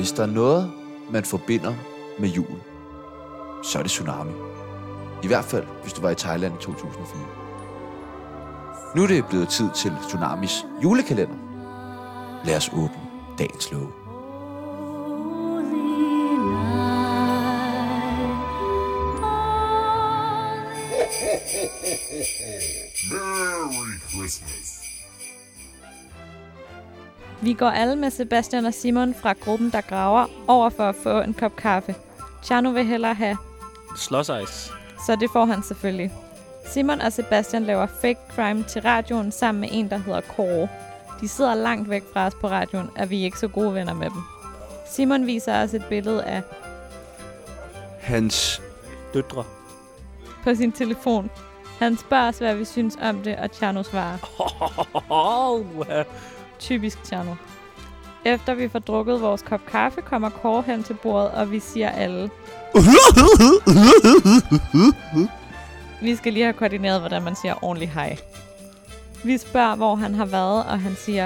Hvis der er noget, man forbinder med jul, så er det tsunami. I hvert fald, hvis du var i Thailand i 2004. Nu er det blevet tid til Tsunamis julekalender. Lad os åbne dagens låge. Merry Christmas. Vi går alle med Sebastian og Simon fra gruppen, der graver, over for at få en kop kaffe. Tjerno vil hellere have, Slåsejs. så det får han selvfølgelig. Simon og Sebastian laver fake crime til radioen sammen med en, der hedder Kåre. De sidder langt væk fra os på radioen, og vi er ikke så gode venner med dem. Simon viser os et billede af Hans Døtre. på sin telefon. Han spørger os, hvad vi synes om det, og Tjerno svarer. Typisk Tjerno. Efter vi får drukket vores kop kaffe, kommer Kåre hen til bordet, og vi siger alle. Vi skal lige have koordineret, hvordan man siger ordentligt hej. Vi spørger, hvor han har været, og han siger,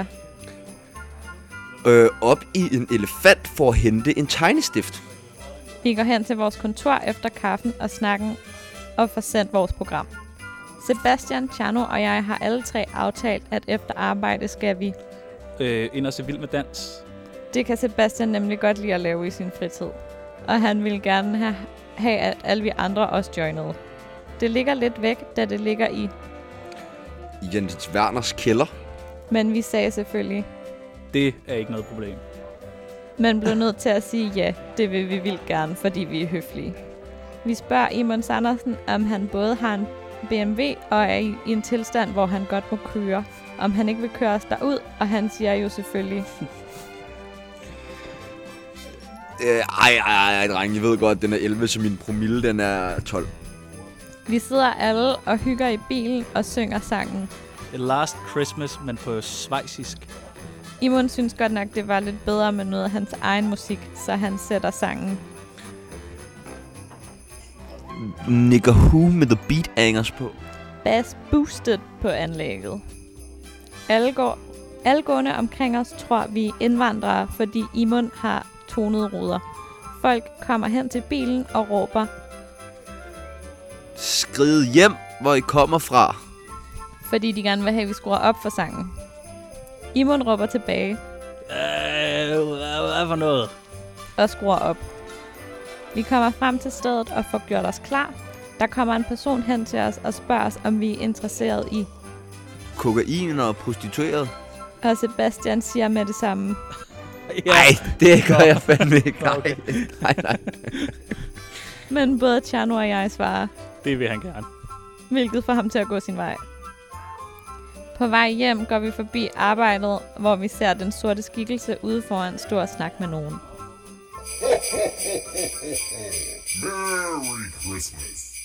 op i en elefant for at hente en tegnestift. vi går hen til vores kontor efter kaffen og snakken og får sendt vores program. Sebastian, Tjerno og jeg har alle tre aftalt, at efter arbejde skal vi. Ind og se Vild med dans. Det kan Sebastian nemlig godt lide at lave i sin fritid. Og han ville gerne have, at alle vi andre også joinede. Det ligger lidt væk, da det ligger i. Jens Werners kælder. Men vi sagde selvfølgelig, Det er ikke noget problem. men blev nødt til at sige ja, det vil vi vildt gerne, fordi vi er høflige. Vi spørger Imons Andersen, om han både har en BMW og er i en tilstand, hvor han godt må køre. Om han ikke vil køre os derud, og han siger jo selvfølgelig, Ej, dreng, jeg ved godt, den er 11, så min promille, den er 12. vi sidder alle og hygger i bilen og synger sangen. The Last Christmas, men på schweizisk. Imon synes godt nok, det var lidt bedre med noget af hans egen musik, så han sætter sangen. Nigger who med the beat angers på. Bass boosted på anlægget. Alle gående omkring os tror, vi er indvandrere, fordi Imon har tonede ruder. Folk kommer hen til bilen og råber, Skrid hjem, hvor I kommer fra. fordi de gerne vil have, at vi skruer op for sangen. Imon råber tilbage Hvad for noget? og skruer op. Vi kommer frem til stedet og får gjort os klar. Der kommer en person hen til os og spørger os, om vi er interesseret i. Kokain og prostitueret. Og Sebastian siger med det samme. Nej, det gør jeg fandme ikke. Okay. Nej. Men både Tjerno og jeg svarer, Det vil han gerne. hvilket får ham til at gå sin vej. På vej hjem går vi forbi arbejdet, hvor vi ser den sorte skikkelse ude foran stå og snakke med nogen. Merry Christmas.